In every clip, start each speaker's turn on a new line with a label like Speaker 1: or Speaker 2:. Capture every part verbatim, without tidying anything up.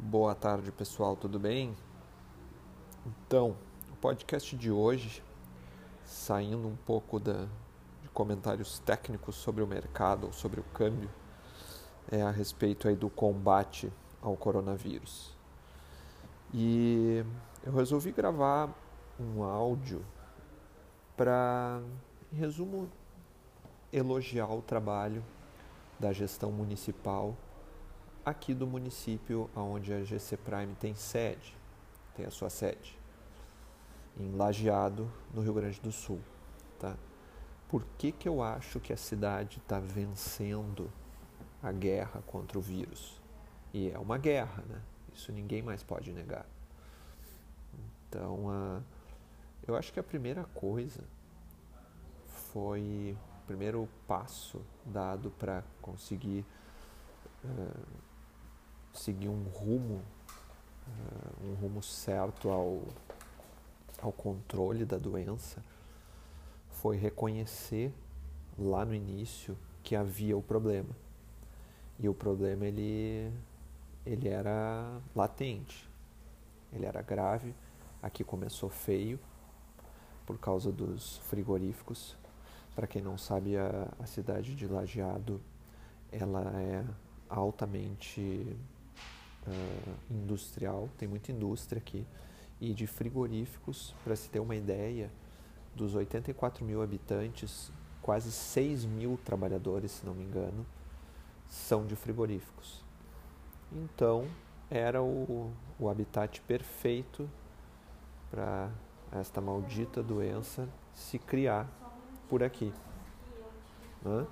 Speaker 1: Boa tarde, pessoal, tudo bem? Então, o podcast de hoje, saindo um pouco da, de comentários técnicos sobre o mercado ou sobre o câmbio, é a respeito aí do combate ao coronavírus. E eu resolvi gravar um áudio para, em resumo, elogiar o trabalho da gestão municipal aqui do município onde a G C Prime tem sede, tem a sua sede, em Lajeado, no Rio Grande do Sul. Tá? Por que, que eu acho que a cidade está vencendo a guerra contra o vírus? E é uma guerra, né? Isso ninguém mais pode negar. Então, uh, eu acho que a primeira coisa foi o primeiro passo dado para conseguir uh, seguir um rumo, uh, um rumo certo ao, ao controle da doença, foi reconhecer lá no início que havia o problema. E o problema ele, ele era latente, ele era grave. Aqui começou feio por causa dos frigoríficos. Para quem não sabe, a, a cidade de Lajeado ela é altamente uh, industrial, tem muita indústria aqui. E de frigoríficos, para se ter uma ideia, dos oitenta e quatro mil habitantes, quase seis mil trabalhadores, se não me engano, são de frigoríficos. Então, era o, o habitat perfeito para esta maldita doença se criar por aqui. Né?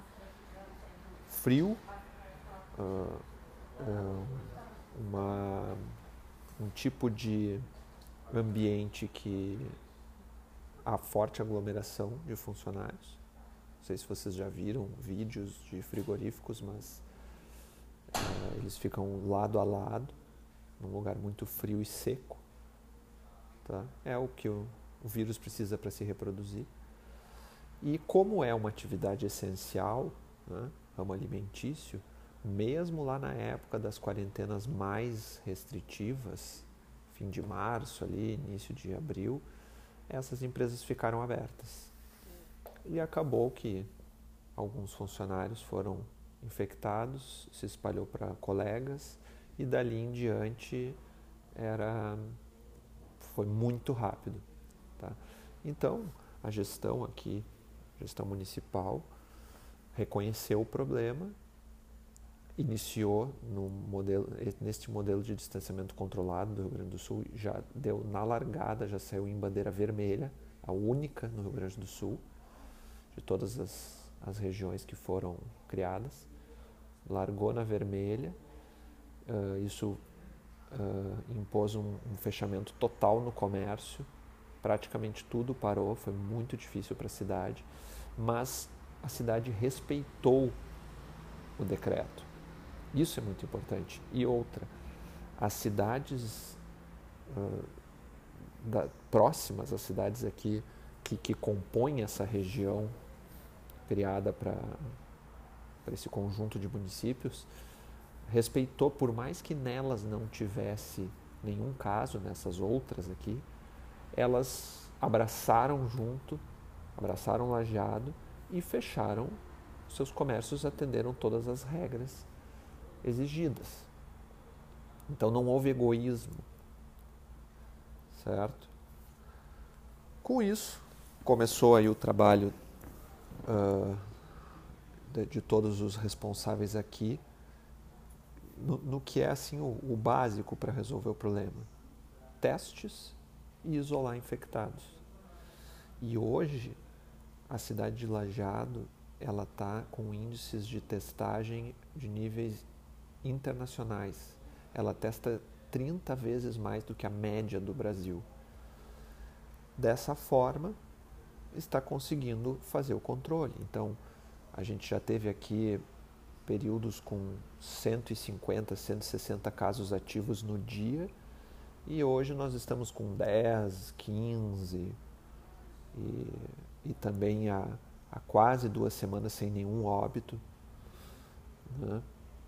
Speaker 1: Frio, uh, uh, uma, um tipo de ambiente que há forte aglomeração de funcionários. Não sei se vocês já viram vídeos de frigoríficos, mas uh, eles ficam lado a lado, num lugar muito frio e seco. Tá? É o que o, o vírus precisa para se reproduzir. E como é uma atividade essencial, né, ramo alimentício, mesmo lá na época das quarentenas mais restritivas, fim de março, ali, início de abril, essas empresas ficaram abertas. E acabou que alguns funcionários foram infectados, se espalhou para colegas e dali em diante era, foi muito rápido. Tá? Então, a gestão aqui, gestão municipal, reconheceu o problema, iniciou no modelo, neste modelo de distanciamento controlado do Rio Grande do Sul, já deu na largada, já saiu em bandeira vermelha, a única no Rio Grande do Sul, de todas as, as regiões que foram criadas, largou na vermelha, uh, isso uh, impôs um, um fechamento total no comércio, praticamente tudo parou, foi muito difícil para a cidade, mas a cidade respeitou o decreto. Isso é muito importante. E outra, as cidades uh, da, próximas, as cidades aqui que, que compõem essa região criada para esse conjunto de municípios, respeitou, por mais que nelas não tivesse nenhum caso, nessas outras aqui, elas abraçaram junto, abraçaram Lajeado e fecharam seus comércios, atenderam todas as regras exigidas. Então não houve egoísmo, certo? Com isso, começou aí o trabalho uh, de, de todos os responsáveis aqui no, no que é assim o, o básico para resolver o problema: testes e isolar infectados. E hoje a cidade de Lajeado ela está com índices de testagem de níveis internacionais. Ela testa trinta vezes mais do que a média do Brasil. Dessa forma, está conseguindo fazer o controle. Então, a gente já teve aqui períodos com cento e cinquenta, cento e sessenta casos ativos no dia, e hoje nós estamos com dez, quinze, e, e também há, há quase duas semanas sem nenhum óbito, né?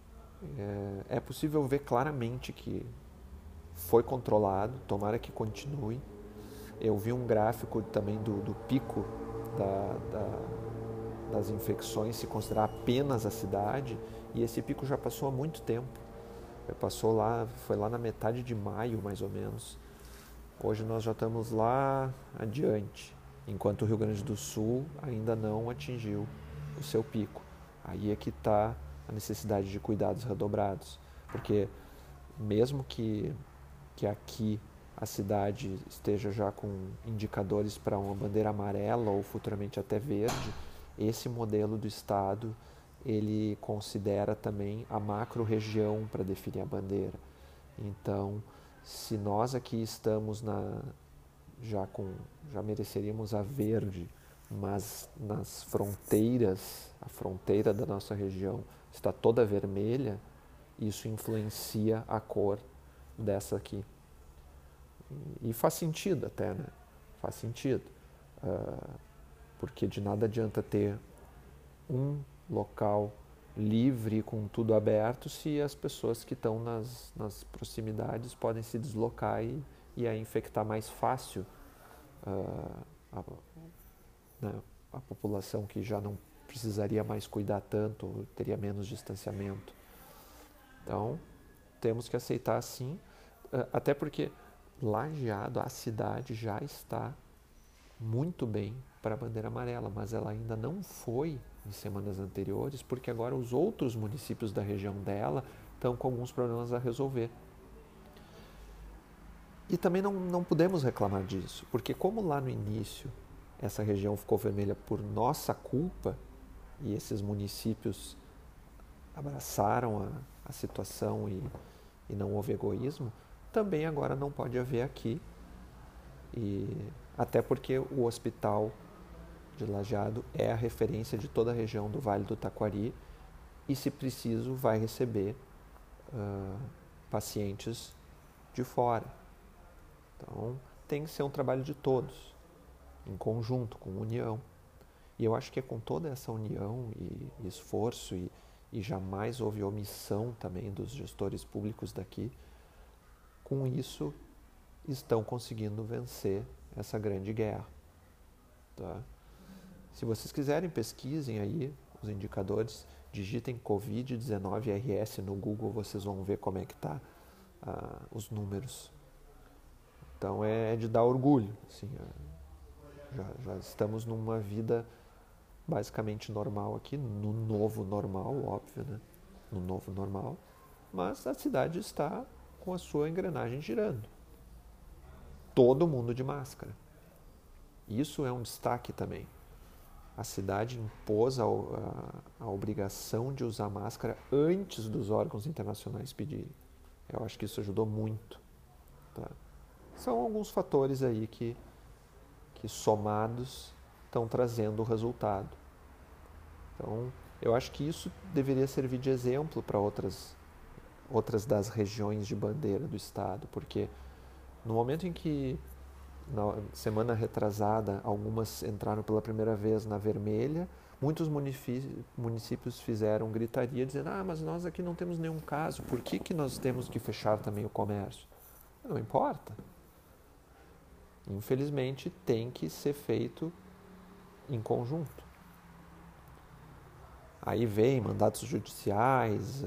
Speaker 1: É, é possível ver claramente que foi controlado, tomara que continue. Eu vi um gráfico também do, do pico da, da, das infecções, se considerar apenas a cidade, e esse pico já passou há muito tempo. Passou lá, foi lá na metade de maio, mais ou menos. Hoje nós já estamos lá adiante, enquanto o Rio Grande do Sul ainda não atingiu o seu pico. Aí é que está a necessidade de cuidados redobrados, porque mesmo que, que aqui a cidade esteja já com indicadores para uma bandeira amarela ou futuramente até verde, esse modelo do estado ele considera também a macro-região para definir a bandeira. Então, se nós aqui estamos na, já, com, já mereceríamos a verde, mas nas fronteiras, a fronteira da nossa região está toda vermelha, isso influencia a cor dessa aqui. E, e faz sentido até, né? Faz sentido. Uh, porque de nada adianta ter um local livre, com tudo aberto, se as pessoas que estão nas, nas proximidades podem se deslocar e, e aí infectar mais fácil uh, a, né, a população que já não precisaria mais cuidar tanto, teria menos distanciamento. Então, temos que aceitar sim, uh, até porque Lajeado, a cidade, já está muito bem para a bandeira amarela, mas ela ainda não foi em semanas anteriores, porque agora os outros municípios da região dela estão com alguns problemas a resolver. E também não, não podemos reclamar disso, porque como lá no início essa região ficou vermelha por nossa culpa, e esses municípios abraçaram a, a situação e, e não houve egoísmo, também agora não pode haver aqui, e até porque o hospital de Lajeado é a referência de toda a região do Vale do Taquari e, se preciso, vai receber uh, pacientes de fora. Então, tem que ser um trabalho de todos, em conjunto, com união. E eu acho que é com toda essa união e, e esforço, e, e jamais houve omissão também dos gestores públicos daqui, com isso estão conseguindo vencer essa grande guerra. Tá? Se vocês quiserem, pesquisem aí os indicadores, digitem covid dezenove R S no Google, vocês vão ver como é que está ah, os números. Então é de dar orgulho. Assim, já, já estamos numa vida basicamente normal aqui, no novo normal, óbvio, né? No novo normal, mas a cidade está com a sua engrenagem girando. Todo mundo de máscara. Isso é um destaque também. A cidade impôs a, a, a obrigação de usar máscara antes dos órgãos internacionais pedirem. Eu acho que isso ajudou muito. Tá? São alguns fatores aí que, que somados estão trazendo o resultado. Então, eu acho que isso deveria servir de exemplo para outras, outras das regiões de bandeira do estado, porque no momento em que na semana retrasada, algumas entraram pela primeira vez na vermelha, muitos municípios fizeram gritaria dizendo: ah, mas nós aqui não temos nenhum caso, por que, que nós temos que fechar também o comércio? Não importa. Infelizmente, tem que ser feito em conjunto. Aí vem mandatos judiciais,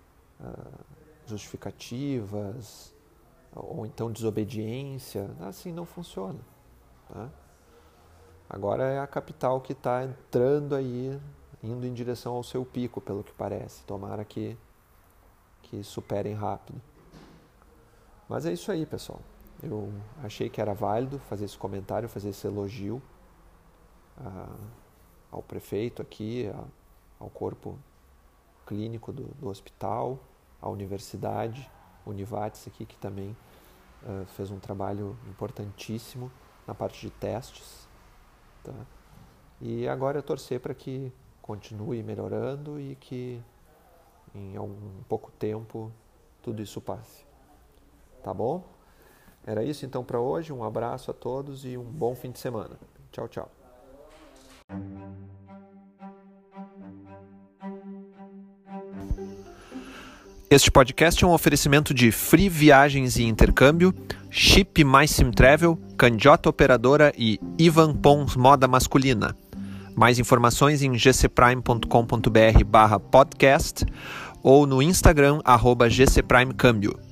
Speaker 1: justificativas, ou então desobediência. Assim não funciona. Tá? Agora é a capital que está entrando aí, indo em direção ao seu pico, pelo que parece. Tomara que, que superem rápido. Mas é isso aí, pessoal. Eu achei que era válido fazer esse comentário, fazer esse elogio a, ao prefeito aqui, a, ao corpo clínico do, do hospital, à universidade, Univates aqui, que também uh, fez um trabalho importantíssimo na parte de testes. Tá? E agora é torcer para que continue melhorando e que em algum pouco tempo tudo isso passe. Tá bom? Era isso então para hoje. Um abraço a todos e um bom fim de semana. Tchau, tchau. Este podcast é um oferecimento de Free Viagens e Intercâmbio, Chip Mais Sim Travel, Candiota Operadora e Ivan Pons Moda Masculina. Mais informações em gcprime.com.br barra podcast ou no Instagram arroba gcprimecâmbio.